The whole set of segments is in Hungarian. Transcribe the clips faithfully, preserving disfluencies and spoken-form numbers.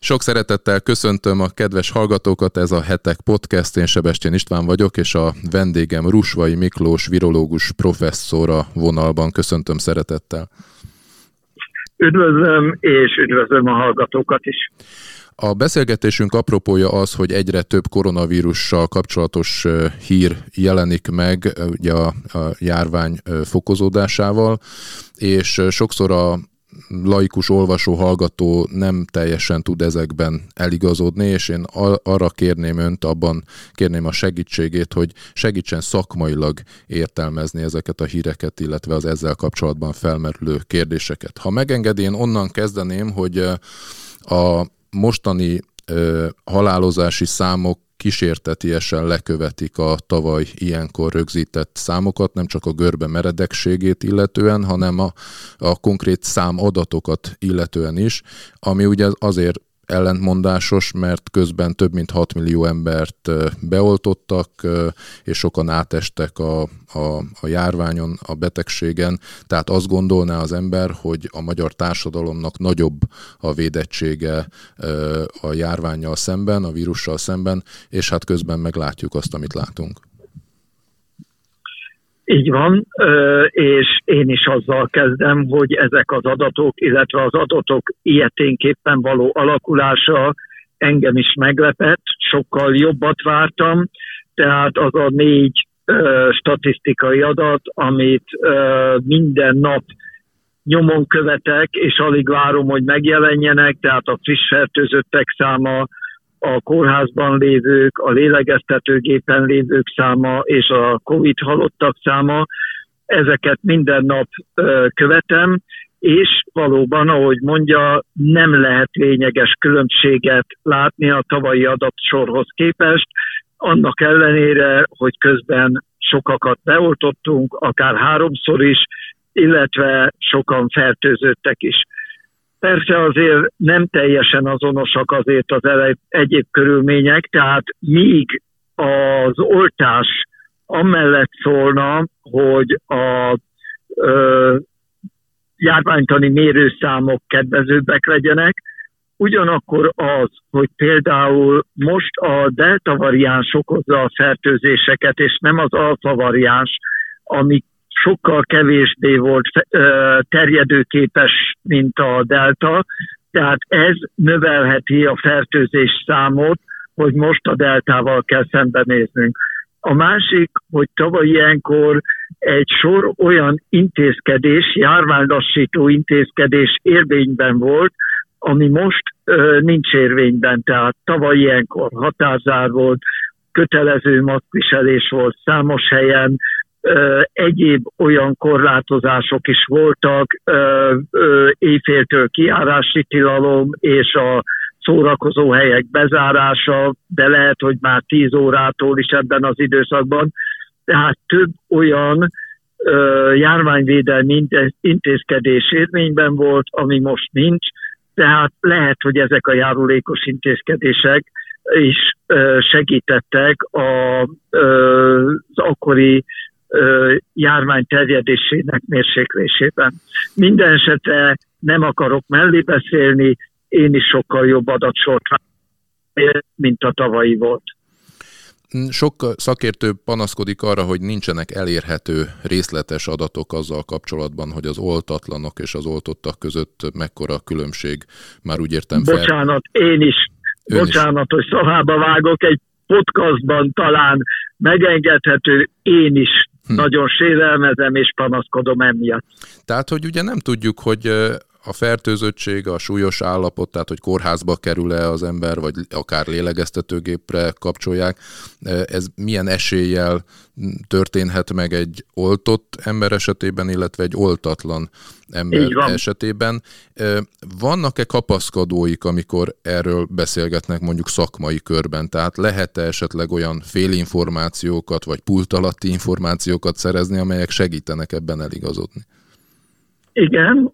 Sok szeretettel köszöntöm a kedves hallgatókat, ez a Hetek Podcast, én Sebestyén István vagyok, és a vendégem Rusvay Miklós virológus professzor a vonalban. Köszöntöm szeretettel. Üdvözlöm, és üdvözlöm a hallgatókat is. A beszélgetésünk apropója az, hogy egyre több koronavírussal kapcsolatos hír jelenik meg ugye a, a járvány fokozódásával, és sokszor a laikus olvasó, hallgató nem teljesen tud ezekben eligazodni, és én arra kérném önt, abban kérném a segítségét, hogy segítsen szakmailag értelmezni ezeket a híreket, illetve az ezzel kapcsolatban felmerülő kérdéseket. Ha megengedi, én onnan kezdeném, hogy a mostani ö, halálozási számok kísértetiesen lekövetik a tavaly ilyenkor rögzített számokat, nem csak a görbe meredekségét illetően, hanem a, a konkrét számadatokat illetően is, ami ugye azért ellentmondásos, mert közben több mint hat millió embert beoltottak, és sokan átestek a, a, a járványon, a betegségen. Tehát azt gondolná az ember, hogy a magyar társadalomnak nagyobb a védettsége a járvánnyal szemben, a vírussal szemben, és hát közben meglátjuk azt, amit látunk. Így van, és én is azzal kezdem, hogy ezek az adatok, illetve az adatok ilyeténképpen való alakulása engem is meglepett, sokkal jobbat vártam, tehát az a négy statisztikai adat, amit minden nap nyomon követek, és alig várom, hogy megjelenjenek, tehát a friss fertőzöttek száma, a kórházban lévők, a lélegeztetőgépen lévők száma és a Covid halottak száma, ezeket minden nap ö, követem, és valóban, ahogy mondja, nem lehet lényeges különbséget látni a tavalyi adatsorhoz képest, annak ellenére, hogy közben sokakat beoltottunk, akár háromszor is, illetve sokan fertőzöttek is. Persze azért nem teljesen azonosak azért az egyéb körülmények, tehát míg az oltás amellett szólna, hogy a ö, járványtani mérőszámok kedvezőbbek legyenek, ugyanakkor az, hogy például most a delta variáns okozza a fertőzéseket, és nem az alfa variáns, ami sokkal kevésbé volt terjedőképes, mint a delta, tehát ez növelheti a fertőzés számot, hogy most a deltával kell szembenéznünk. A másik, hogy tavaly ilyenkor egy sor olyan intézkedés, járványlassító intézkedés érvényben volt, ami most ö, nincs érvényben, tehát tavaly ilyenkor határzár volt, kötelező maszkviselés volt számos helyen, Ö, egyéb olyan korlátozások is voltak, ö, ö, éjféltől kijárási tilalom és a szórakozó helyek bezárása, de lehet, hogy már tíz órától is ebben az időszakban. Tehát több olyan ö, járványvédelmi intézkedés érvényben volt, ami most nincs, tehát lehet, hogy ezek a járulékos intézkedések is ö, segítettek a, ö, az akkori járvány terjedésének mérséklésében. Minden esetre nem akarok mellé beszélni, én is sokkal jobb adatsort várom, mint a tavalyi volt. Sok szakértő panaszkodik arra, hogy nincsenek elérhető részletes adatok azzal kapcsolatban, hogy az oltatlanok és az oltottak között mekkora a különbség. Már úgy értem fel. Bocsánat, én is. Ön Bocsánat, is. Hogy szavába vágok, egy podcastban talán megengedhető, én is hm. nagyon sérelmezem és panaszkodom emiatt. Tehát, hogy ugye nem tudjuk, hogy a fertőzöttség, a súlyos állapot, tehát hogy kórházba kerül-e az ember, vagy akár lélegeztetőgépre kapcsolják, ez milyen eséllyel történhet meg egy oltott ember esetében, illetve egy oltatlan ember esetében. Vannak-e kapaszkodóik, amikor erről beszélgetnek mondjuk szakmai körben? Tehát lehet-e esetleg olyan félinformációkat, vagy pult alatti információkat szerezni, amelyek segítenek ebben eligazodni? Igen,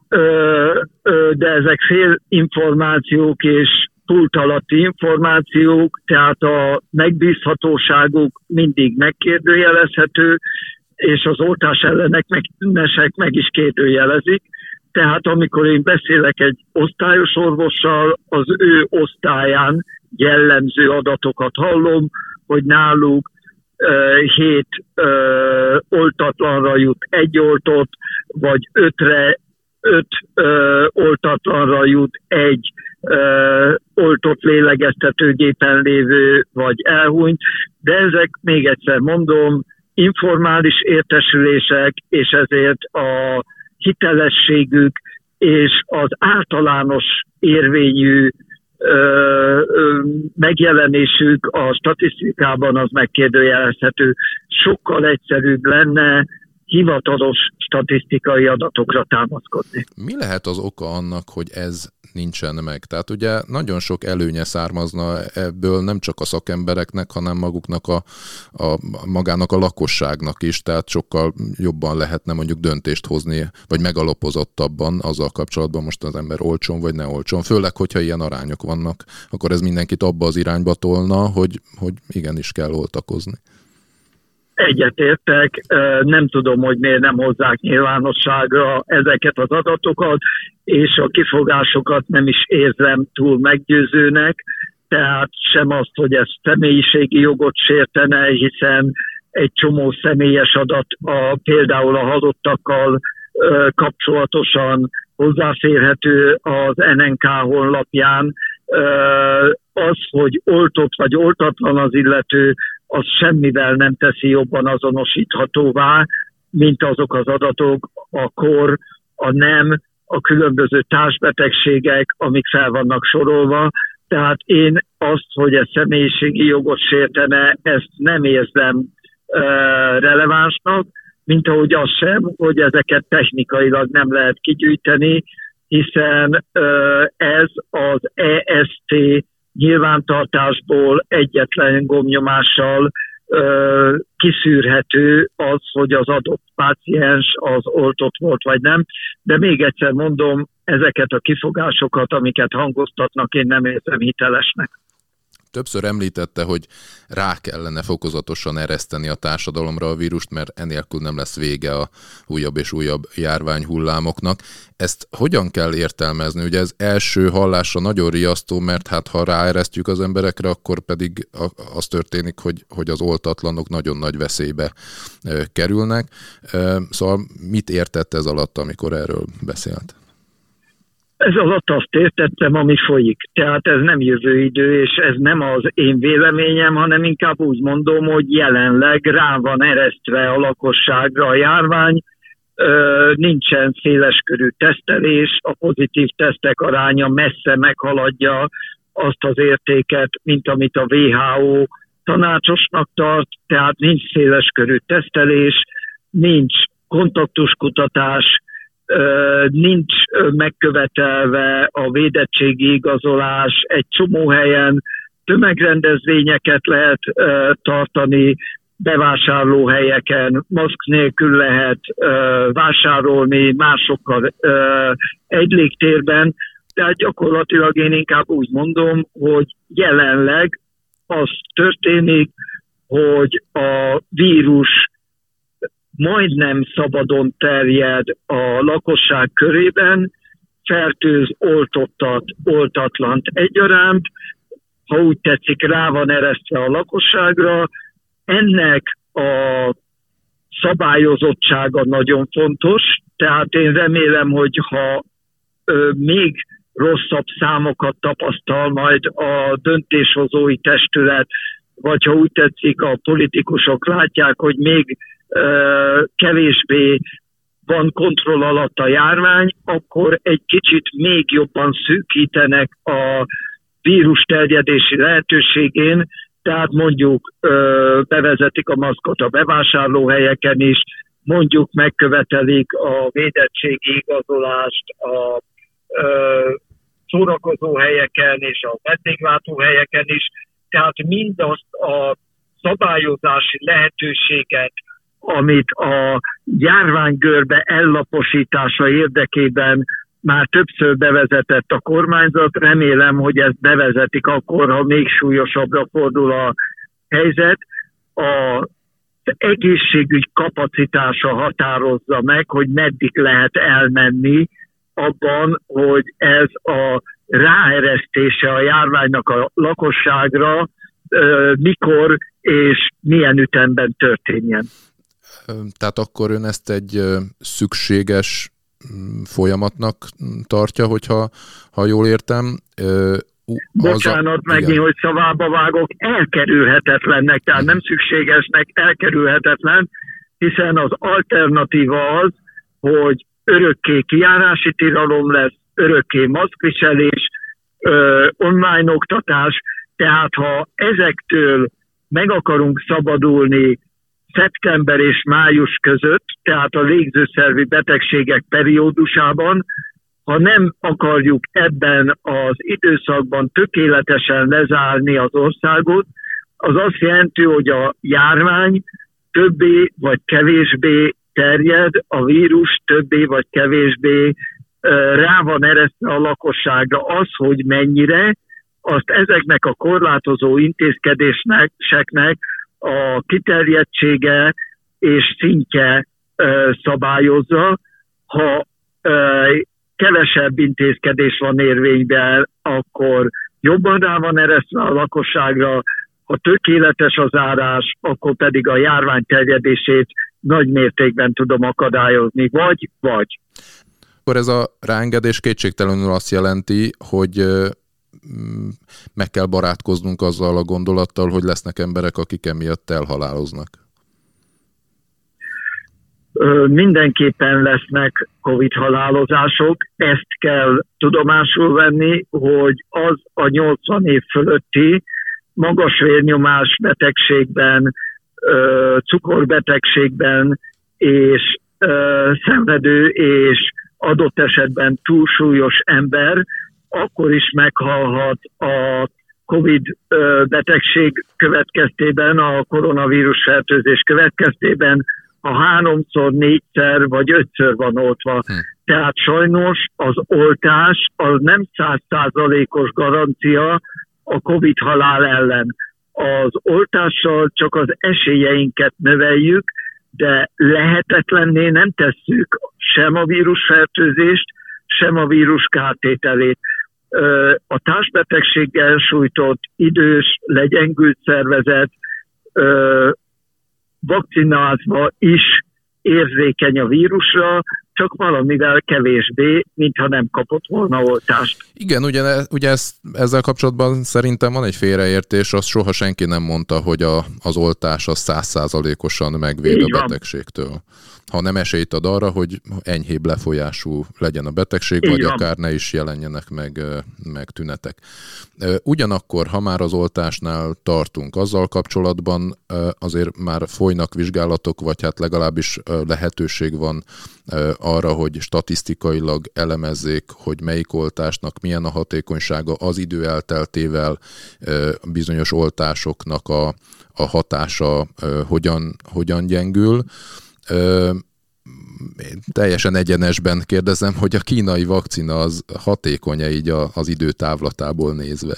de ezek félinformációk és pult alatti információk, tehát a megbízhatóságuk mindig megkérdőjelezhető, és az oltás ellenek meg, meg is kérdőjelezik. Tehát amikor én beszélek egy osztályos orvossal, az ő osztályán jellemző adatokat hallom, hogy náluk uh, hét uh, oltatlanra jut egy oltott, vagy ötre, öt uh, oltatlanra jut egy uh, oltott lélegeztetőgépen lévő, vagy elhunyt, de ezek, még egyszer mondom, informális értesülések, és ezért a hitelességük és az általános érvényű ö, ö, megjelenésük a statisztikában az megkérdőjelezhető. Sokkal egyszerűbb lenne hivatalos statisztikai adatokra támaszkodni. Mi lehet az oka annak, hogy ez nincsen meg? Tehát ugye nagyon sok előnye származna ebből nem csak a szakembereknek, hanem maguknak a, a magának a lakosságnak is, tehát sokkal jobban lehetne mondjuk döntést hozni, vagy megalapozottabban azzal kapcsolatban, most az ember olcson vagy ne olcson. Főleg, hogyha ilyen arányok vannak, akkor ez mindenkit abba az irányba tolna, hogy, hogy igenis kell oltakozni. Egyetértek, nem tudom, hogy miért nem hozzák nyilvánosságra ezeket az adatokat, és a kifogásokat nem is érzem túl meggyőzőnek, tehát sem azt, hogy ez személyiségi jogot sértene, hiszen egy csomó személyes adat a, például a halottakkal kapcsolatosan hozzáférhető az en en ká honlapján. Az, hogy oltott vagy oltatlan az illető, az semmivel nem teszi jobban azonosíthatóvá, mint azok az adatok, a kor, a nem, a különböző társbetegségek, amik fel vannak sorolva. Tehát én azt, hogy ez személyiségi jogot sértene, ezt nem érzem uh, relevánsnak, mint ahogy az sem, hogy ezeket technikailag nem lehet kigyűjteni, hiszen uh, ez az e es té nyilvántartásból egyetlen gombnyomással ö, kiszűrhető az, hogy az adott páciens az oltott volt vagy nem. De még egyszer mondom, ezeket a kifogásokat, amiket hangoztatnak, én nem érzem hitelesnek. Többször említette, hogy rá kellene fokozatosan ereszteni a társadalomra a vírust, mert enélkül nem lesz vége a újabb és újabb járványhullámoknak. Ezt hogyan kell értelmezni? Ugye ez első hallásra nagyon riasztó, mert hát ha ráeresztjük az emberekre, akkor pedig az történik, hogy, hogy az oltatlanok nagyon nagy veszélybe kerülnek. Szóval mit értett ez alatt, amikor erről beszélt? Ez alatt azt értettem, ami folyik. Tehát ez nem jövő idő, és ez nem az én véleményem, hanem inkább úgy mondom, hogy jelenleg rá van eresztve a lakosságra a járvány, nincsen széleskörű tesztelés, a pozitív tesztek aránya messze meghaladja azt az értéket, mint amit a vé há ó tanácsosnak tart, tehát nincs széleskörű tesztelés, nincs kontaktuskutatás, nincs megkövetelve a védettségi igazolás, egy csomó helyen tömegrendezvényeket lehet tartani, bevásárlóhelyeken maszk nélkül lehet vásárolni, másokkal egy légtérben, tehát gyakorlatilag én inkább úgy mondom, hogy jelenleg az történik, hogy a vírus majdnem szabadon terjed a lakosság körében, fertőz oltottat, oltatlant egyaránt, ha úgy tetszik, rá van eresztve a lakosságra. Ennek a szabályozottsága nagyon fontos, tehát én remélem, hogy ha ö, még rosszabb számokat tapasztal majd a döntéshozói testület, vagy ha úgy tetszik, a politikusok látják, hogy még kevésbé van kontroll alatt a járvány, akkor egy kicsit még jobban szűkítenek a vírus terjedési lehetőségén, tehát mondjuk bevezetik a maszkot a bevásárlóhelyeken is, mondjuk megkövetelik a védettségi igazolást a szórakozóhelyeken és a vendéglátóhelyeken is, tehát mindazt a szabályozási lehetőséget, amit a járványgörbe ellaposítása érdekében már többször bevezetett a kormányzat. Remélem, hogy ezt bevezetik akkor, ha még súlyosabbra fordul a helyzet. Az egészségügy kapacitása határozza meg, hogy meddig lehet elmenni abban, hogy ez a ráeresztése a járványnak a lakosságra mikor és milyen ütemben történjen. Tehát akkor ön ezt egy szükséges folyamatnak tartja, hogyha ha jól értem. Bocsánat, a... megint, hogy szavába vágok, elkerülhetetlennek, tehát nem szükségesnek, elkerülhetetlen, hiszen az alternatíva az, hogy örökké kijárási tilalom lesz, örökké maszkviselés, online oktatás, tehát ha ezektől meg akarunk szabadulni szeptember és május között, tehát a légzőszervi betegségek periódusában, ha nem akarjuk ebben az időszakban tökéletesen lezárni az országot, az azt jelenti, hogy a járvány többé vagy kevésbé terjed, a vírus többé vagy kevésbé rá van eresztve a lakosságra. Az, hogy mennyire, azt ezeknek a korlátozó intézkedéseknek a kiterjedtsége és szintje szabályozza. Ha kevesebb intézkedés van érvényben, akkor jobban rá van eresztve a lakosságra, ha tökéletes az zárás, akkor pedig a járvány terjedését nagy mértékben tudom akadályozni, vagy, vagy. Akkor ez a ráengedés kétségtelenül azt jelenti, hogy meg kell barátkoznunk azzal a gondolattal, hogy lesznek emberek, akik emiatt elhaláloznak. Mindenképpen lesznek Covid halálozások, ezt kell tudomásul venni, hogy az a nyolcvan év fölötti magas vérnyomás betegségben, cukorbetegségben és szenvedő és adott esetben túlsúlyos ember akkor is meghalhat a Covid betegség következtében, a koronavírus fertőzés következtében, ha háromszor, négyszer vagy ötször van oltva. Hm. Tehát sajnos az oltás az nem száz százalékos garancia a Covid halál ellen. Az oltással csak az esélyeinket növeljük, de lehetetlenné nem tesszük sem a vírusfertőzést, sem a vírus kártételét. A társbetegséggel sújtott idős, legyengült szervezet vakcinázva is érzékeny a vírusra, csak valamivel kevésbé, mintha nem kapott volna oltást. Igen, ugye, ugye ez, ezzel kapcsolatban szerintem van egy félreértés, azt soha senki nem mondta, hogy a, az oltás az száz százalékosan megvéd Így a betegségtől. Van. Hanem esélyt ad arra, hogy enyhébb lefolyású legyen a betegség, Így vagy van. Akár ne is jelenjenek meg, meg tünetek. Ugyanakkor, ha már az oltásnál tartunk, azzal kapcsolatban azért már folynak vizsgálatok, vagy hát legalábbis lehetőség van arra, hogy statisztikailag elemezzék, hogy melyik oltásnak milyen a hatékonysága az idő elteltével, bizonyos oltásoknak a, a hatása hogyan, hogyan gyengül. Teljesen egyenesben kérdezem, hogy a kínai vakcina az hatékony-e így az időtávlatából nézve?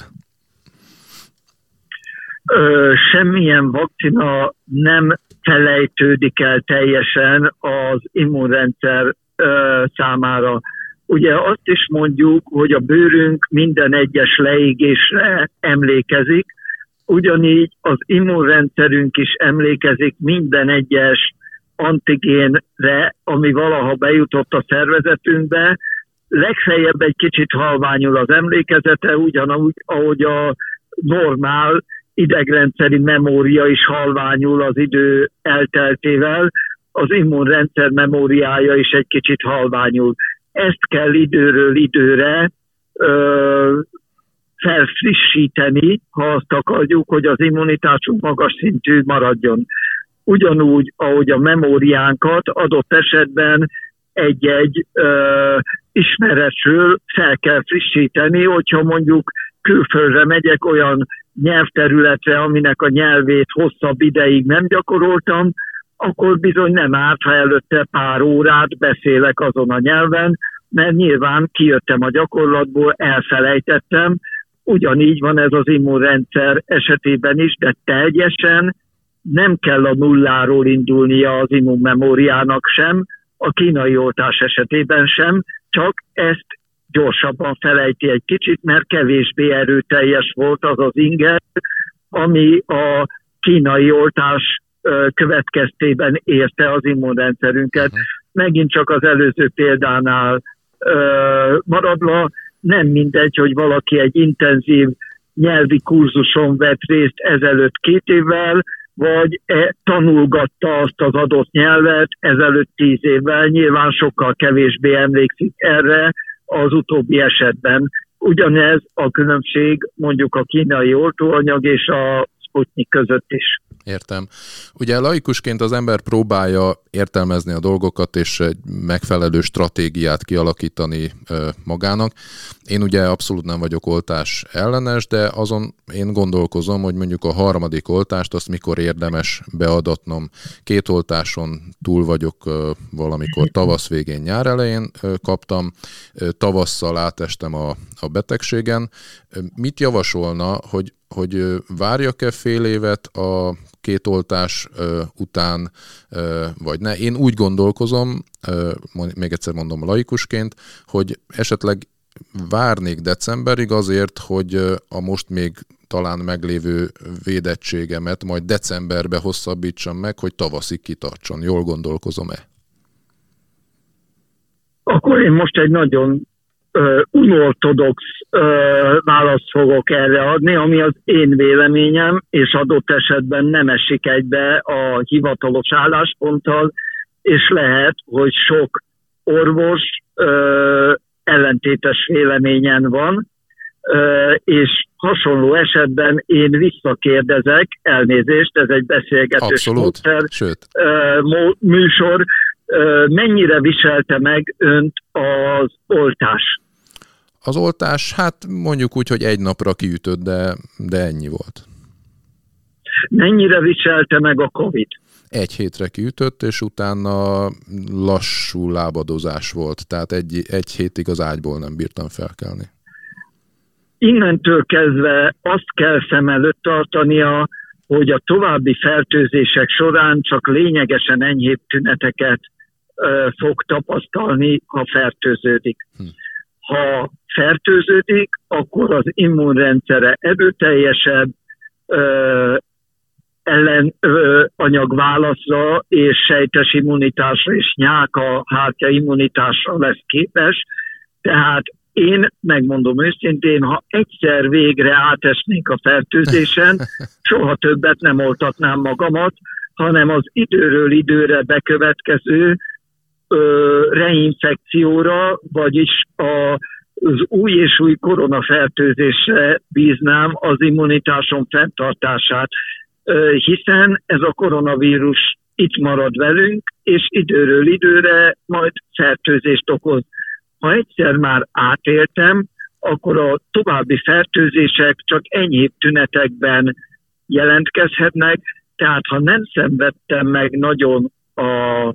Ö, semmilyen vakcina nem felejtődik el teljesen az immunrendszer ö, számára. Ugye azt is mondjuk, hogy a bőrünk minden egyes leégésre emlékezik, ugyanígy az immunrendszerünk is emlékezik minden egyes antigénre, ami valaha bejutott a szervezetünkbe, legfeljebb egy kicsit halványul az emlékezete, ugyanúgy, ahogy a normál idegrendszeri memória is halványul az idő elteltével, az immunrendszer memóriája is egy kicsit halványul. Ezt kell időről időre ö, felfrissíteni, ha azt akarjuk, hogy az immunitásunk magas szintű maradjon. Ugyanúgy, ahogy a memóriánkat adott esetben egy-egy ö, ismeretről fel kell frissíteni, hogyha mondjuk külföldre megyek olyan nyelvterületre, aminek a nyelvét hosszabb ideig nem gyakoroltam, akkor bizony nem árt, ha előtte pár órát beszélek azon a nyelven, mert nyilván kijöttem a gyakorlatból, elfelejtettem. Ugyanígy van ez az immunrendszer esetében is, de teljesen nem kell a nulláról indulnia az immunmemóriának sem, a kínai oltás esetében sem, csak ezt gyorsabban felejti egy kicsit, mert kevésbé erőteljes volt az az inger, ami a kínai oltás következtében érte az immunrendszerünket. Megint csak az előző példánál maradva, nem mindegy, hogy valaki egy intenzív nyelvi kurzuson vett részt ezelőtt két évvel, vagy e, tanulgatta azt az adott nyelvet ezelőtt tíz évvel. Nyilván sokkal kevésbé emlékszik erre az utóbbi esetben. Ugyanez a különbség mondjuk a kínai oltóanyag és a Sputnik között is. Értem. Ugye laikusként az ember próbálja értelmezni a dolgokat, és egy megfelelő stratégiát kialakítani magának. Én ugye abszolút nem vagyok oltás ellenes, de azon én gondolkozom, hogy mondjuk a harmadik oltást azt mikor érdemes beadatnom. Két oltáson túl vagyok valamikor tavasz végén, nyár elején kaptam, tavasszal átestem a, a betegségen. Mit javasolna, hogy hogy várjak-e fél évet a két oltás uh, után, uh, vagy ne. Én úgy gondolkozom, uh, még egyszer mondom laikusként, hogy esetleg várnék decemberig azért, hogy uh, a most még talán meglévő védettségemet majd decemberbe hosszabbítsam meg, hogy tavaszig kitartson. Jól gondolkozom-e? Akkor én most egy nagyon Uh, unortodox uh, választ fogok erre adni, ami az én véleményem, és adott esetben nem esik egybe a hivatalos állásponttal, és lehet, hogy sok orvos uh, ellentétes véleményen van, uh, és hasonló esetben én visszakérdezek, elnézést, ez egy beszélgetős módszer, uh, műsor, uh, mennyire viselte meg önt az oltás? Az oltás, hát mondjuk úgy, hogy egy napra kiütött, de, de ennyi volt. Mennyire viselte meg a Covid? Egy hétre kiütött, és utána lassú lábadozás volt. Tehát egy, egy hétig az ágyból nem bírtam felkelni. Innentől kezdve azt kell szem előtt tartania, hogy a további fertőzések során csak lényegesen enyhébb tüneteket ö, fog tapasztalni, ha fertőződik. Hm. Ha fertőződik, akkor az immunrendszere erőteljesebb, ö, ellenanyagválaszra és sejtes immunitásra és nyálka hártya immunitásra lesz képes. Tehát én megmondom őszintén, ha egyszer végre átesnénk a fertőzésen, soha többet nem oltatnám magamat, hanem az időről időre bekövetkező ö, reinfekcióra, vagyis a az új és új koronafertőzésre bíznám az immunitásom fenntartását, hiszen ez a koronavírus itt marad velünk, és időről időre majd fertőzést okoz. Ha egyszer már átéltem, akkor a további fertőzések csak enyhébb tünetekben jelentkezhetnek, tehát ha nem szenvedtem meg nagyon a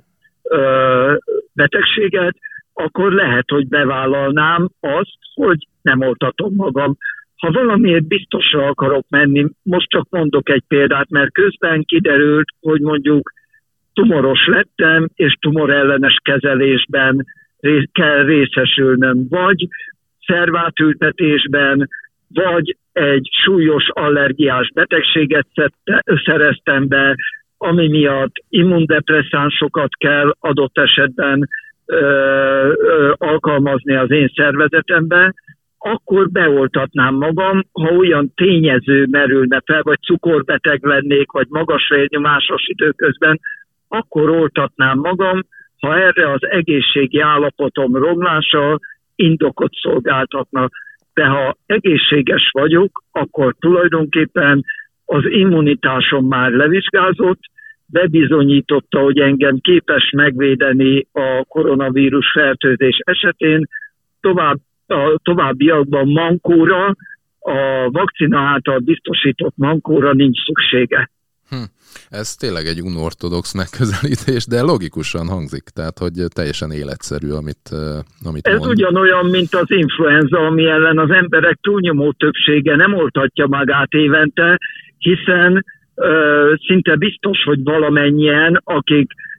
ö, betegséget, akkor lehet, hogy bevállalnám azt, hogy nem oltatom magam. Ha valamiért biztosra akarok menni, most csak mondok egy példát, mert közben kiderült, hogy mondjuk tumoros lettem, és tumorellenes kezelésben rész, kell részesülnöm, vagy szervátültetésben, vagy egy súlyos allergiás betegséget szette, szereztem be, ami miatt immundepresszánsokat kell adott esetben ö, ö, alkalmazni az én szervezetembe, akkor beoltatnám magam, ha olyan tényező merülne fel, vagy cukorbeteg lennék, vagy magas vérnyomásos időközben, akkor oltatnám magam, ha erre az egészségi állapotom romlása indokot szolgáltatna. De ha egészséges vagyok, akkor tulajdonképpen az immunitásom már levizsgázott, bebizonyította, hogy engem képes megvédeni a koronavírus fertőzés esetén, tovább a továbbiakban mankóra, a vakcina által biztosított mankóra nincs szüksége. Hm. Ez tényleg egy unortodox megközelítés, de logikusan hangzik, tehát hogy teljesen életszerű, amit, amit Ez mond. ugyanolyan, mint az influenza, ami ellen az emberek túlnyomó többsége nem oltatja magát évente, hiszen ö, szinte biztos, hogy valamennyien, akik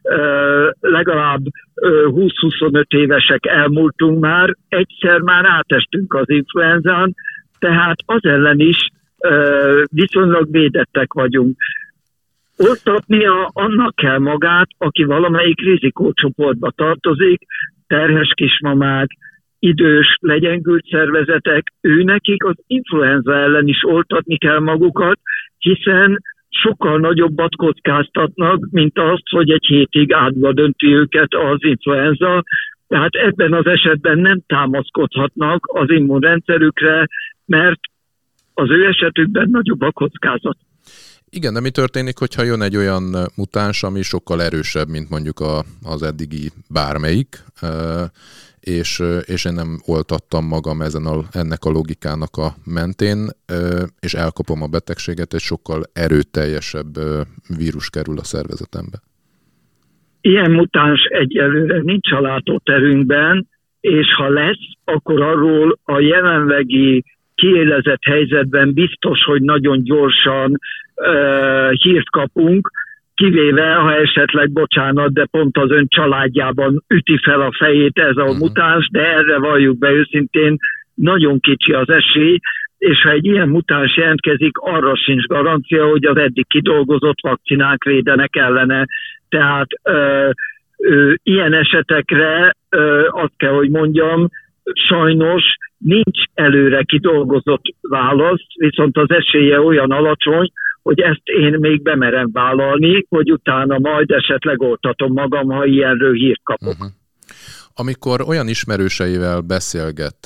legalább húsz-huszonöt évesek elmúltunk már, egyszer már átestünk az influenzán, tehát az ellen is viszonylag védettek vagyunk. Oltatnia annak kell magát, aki valamelyik rizikócsoportba tartozik, terhes kismamák, idős, legyengült szervezetek, őnekik az influenza ellen is oltatni kell magukat, hiszen sokkal nagyobbat kockáztatnak, mint azt, hogy egy hétig átba dönti őket az influenza. Tehát ebben az esetben nem támaszkodhatnak az immunrendszerükre, mert az ő esetükben nagyobb a kockázat. Igen, de mi történik, hogyha jön egy olyan mutáns, ami sokkal erősebb, mint mondjuk a, az eddigi bármelyik, és, és én nem oltattam magam ezen a, ennek a logikának a mentén, és elkapom a betegséget, egy sokkal erőteljesebb vírus kerül a szervezetembe. Ilyen mutáns egyelőre nincs a látóterünkben, és ha lesz, akkor arról a jelenlegi kiélezett helyzetben biztos, hogy nagyon gyorsan uh, hírt kapunk, kivéve, ha esetleg, bocsánat, de pont az ön családjában üti fel a fejét ez a mutáns, de erre valljuk be őszintén, nagyon kicsi az esély, és ha egy ilyen mutáns jelentkezik, arra sincs garancia, hogy az eddig kidolgozott vakcinák védenek ellene. Tehát ö, ö, ilyen esetekre ö, azt kell, hogy mondjam, sajnos nincs előre kidolgozott válasz, viszont az esélye olyan alacsony, hogy ezt én még bemerem vállalni, hogy utána majd esetleg oltatom magam, ha ilyenről hírt kapok. Uh-huh. Amikor olyan ismerőseivel beszélget,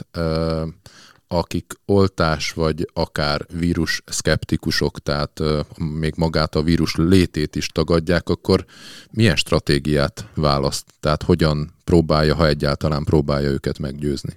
akik oltás vagy akár vírus szkeptikusok, tehát még magát a vírus létét is tagadják, akkor milyen stratégiát választ? Tehát hogyan próbálja, ha egyáltalán próbálja őket meggyőzni?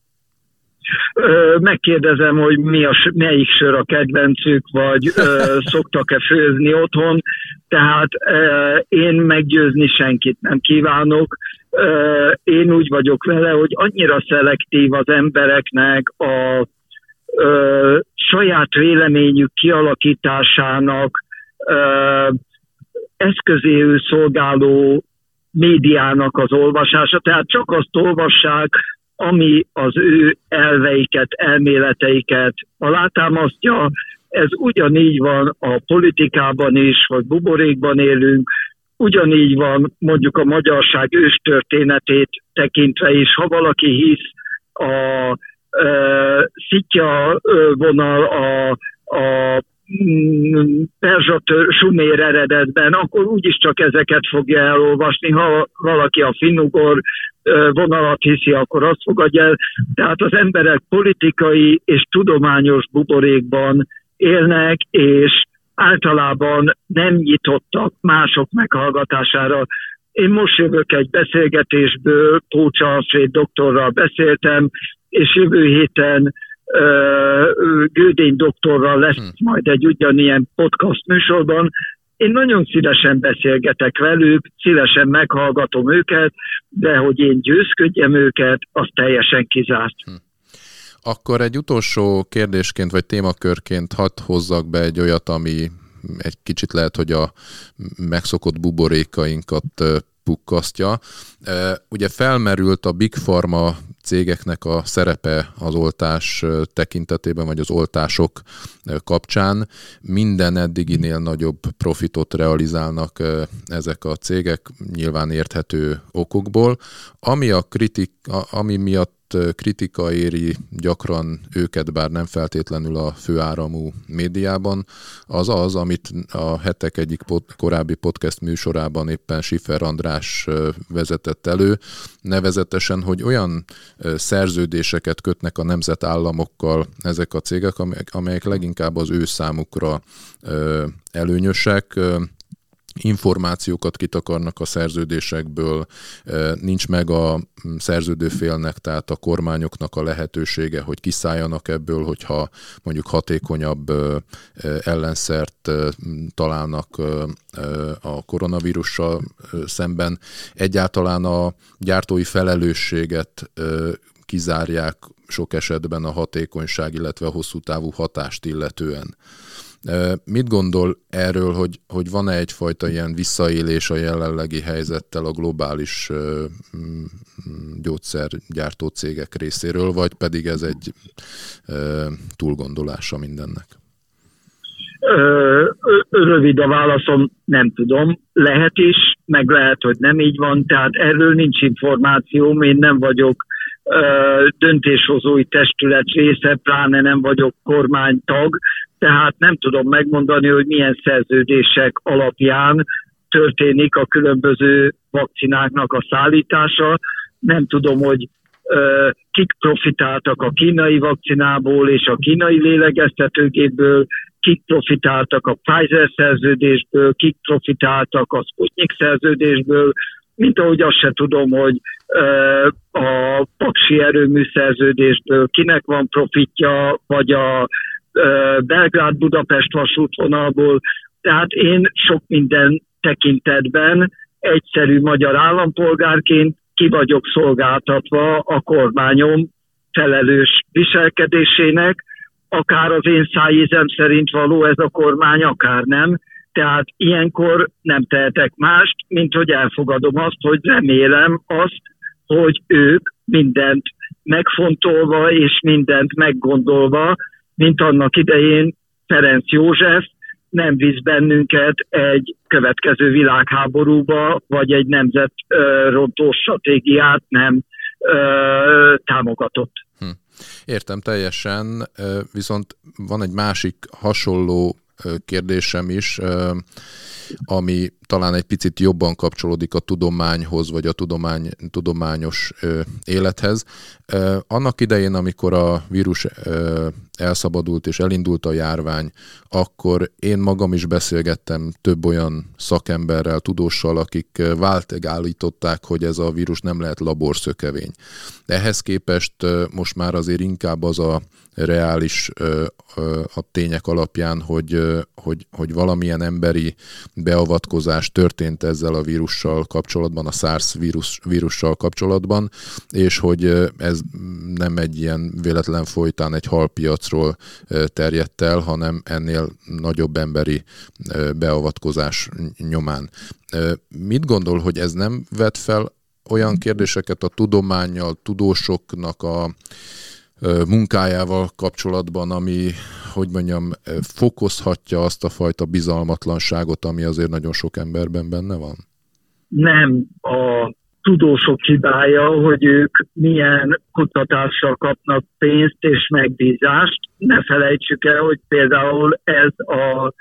Megkérdezem, hogy mi a, melyik sör a kedvencük, vagy ö, szoktak-e főzni otthon. Tehát ö, én meggyőzni senkit nem kívánok. Ö, én úgy vagyok vele, hogy annyira szelektív az embereknek a ö, saját véleményük kialakításának ö, eszközéül szolgáló médiának az olvasása. Tehát csak azt olvassák, ami az ő elveiket, elméleteiket alátámasztja. Ez ugyanígy van a politikában is, vagy buborékban élünk, ugyanígy van mondjuk a magyarság őstörténetét tekintve is. Ha valaki hisz a e, szitja vonal, a, a perzsa sumér eredetben, akkor úgyis csak ezeket fogja elolvasni. Ha valaki a finnugor vonalat hiszi, akkor azt fogadja el. Tehát az emberek politikai és tudományos buborékban élnek, és általában nem nyitottak mások meghallgatására. Én most jövök egy beszélgetésből, Pócs Alfréd doktorral beszéltem, és jövő héten Gödény doktorral lesz hmm. majd egy ugyanilyen podcast műsorban. Én nagyon szívesen beszélgetek velük, szívesen meghallgatom őket, de hogy én győzködjem őket, az teljesen kizárt. Hmm. Akkor egy utolsó kérdésként, vagy témakörként hadd hozzak be egy olyat, ami egy kicsit lehet, hogy a megszokott buborékainkat pukkasztja. Ugye felmerült a Big Pharma cégeknek a szerepe az oltás tekintetében, vagy az oltások kapcsán. Minden eddiginél nagyobb profitot realizálnak ezek a cégek, nyilván érthető okokból. Ami, a kritik, ami miatt kritika éri gyakran őket, bár nem feltétlenül a főáramú médiában, az az, amit a hetek egyik pod, korábbi podcast műsorában éppen Schiffer András vezetett elő, nevezetesen, hogy olyan szerződéseket kötnek a nemzetállamokkal ezek a cégek, amelyek leginkább az ő számukra előnyösek, információkat kitakarnak a szerződésekből, nincs meg a szerződőfélnek, tehát a kormányoknak a lehetősége, hogy kiszálljanak ebből, hogyha mondjuk hatékonyabb ellenszert találnak a koronavírussal szemben. Egyáltalán a gyártói felelősséget kizárják sok esetben a hatékonyság, illetve a hosszú távú hatást illetően. Mit gondol erről, hogy, hogy van-e egyfajta ilyen visszaélés a jelenlegi helyzettel a globális gyógyszergyártó cégek részéről, vagy pedig ez egy túlgondolása mindennek? Rövid a válaszom, nem tudom. Lehet is, meg lehet, hogy nem így van, tehát erről nincs információm, én nem vagyok döntéshozói testület része, pláne nem vagyok kormánytag, tehát nem tudom megmondani, hogy milyen szerződések alapján történik a különböző vakcináknak a szállítása. Nem tudom, hogy uh, kik profitáltak a kínai vakcinából és a kínai lélegeztetőgépből, kik profitáltak a Pfizer szerződésből, kik profitáltak a Sputnik szerződésből, mint ahogy azt se tudom, hogy uh, a paksi erőmű szerződésből kinek van profitja, vagy a uh, Belgrád-Budapest vasútvonalból. Tehát én sok minden tekintetben egyszerű magyar állampolgárként ki vagyok szolgáltatva a kormányom felelős viselkedésének, akár az én szájízem szerint való ez a kormány, akár nem. Tehát ilyenkor nem tehetek mást, mint hogy elfogadom azt, hogy remélem azt, hogy ők mindent megfontolva és mindent meggondolva, mint annak idején Ferenc József, nem visz bennünket egy következő világháborúba, vagy egy nemzetrontó stratégiát nem ö, támogatott. Hm. Értem teljesen, viszont van egy másik hasonló kérdésem is, ami talán egy picit jobban kapcsolódik a tudományhoz, vagy a tudomány, tudományos élethez. Annak idején, amikor a vírus elszabadult és elindult a járvány, akkor én magam is beszélgettem több olyan szakemberrel, tudóssal, akik váltállították, hogy ez a vírus nem lehet laborszökevény. Ehhez képest most már azért inkább az a reális a tények alapján, hogy, hogy, hogy valamilyen emberi beavatkozás történt ezzel a vírussal kapcsolatban, a SARS vírus, vírussal kapcsolatban, és hogy ez nem egy ilyen véletlen folytán egy halpiacról terjedt el, hanem ennél nagyobb emberi beavatkozás nyomán. Mit gondol, hogy ez nem vet fel olyan kérdéseket a tudománnyal, tudósoknak a munkájával kapcsolatban, ami, hogy mondjam, fokozhatja azt a fajta bizalmatlanságot, ami azért nagyon sok emberben benne van? Nem a tudósok hibája, hogy ők milyen kutatásra kapnak pénzt és megbízást. Ne felejtsük el, hogy például ez a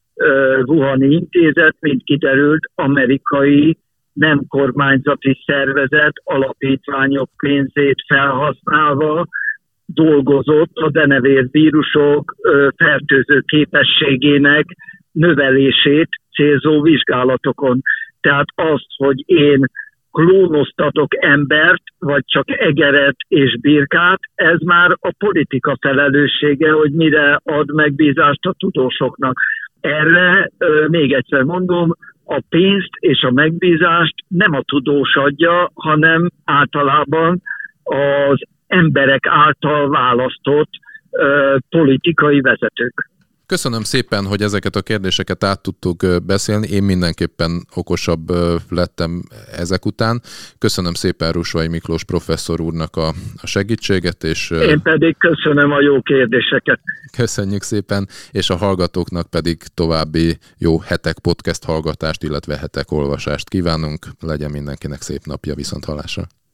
Wuhani intézet, mint kiderült, amerikai nem kormányzati szervezet alapítványok pénzét felhasználva dolgozott a denevér vírusok fertőző képességének növelését célzó vizsgálatokon. Tehát azt, hogy én klónoztatok embert, vagy csak egeret és birkát, ez már a politika felelőssége, hogy mire ad megbízást a tudósoknak. Erre még egyszer mondom, a pénzt és a megbízást nem a tudós adja, hanem általában az emberek által választott ö, politikai vezetők. Köszönöm szépen, hogy ezeket a kérdéseket át tudtuk beszélni. Én mindenképpen okosabb lettem ezek után. Köszönöm szépen Rusvai Miklós professzor úrnak a, a segítséget. És én pedig köszönöm a jó kérdéseket. Köszönjük szépen, és a hallgatóknak pedig további jó Hetek podcast hallgatást, illetve Hetek olvasást kívánunk. Legyen mindenkinek szép napja, viszonthallásra.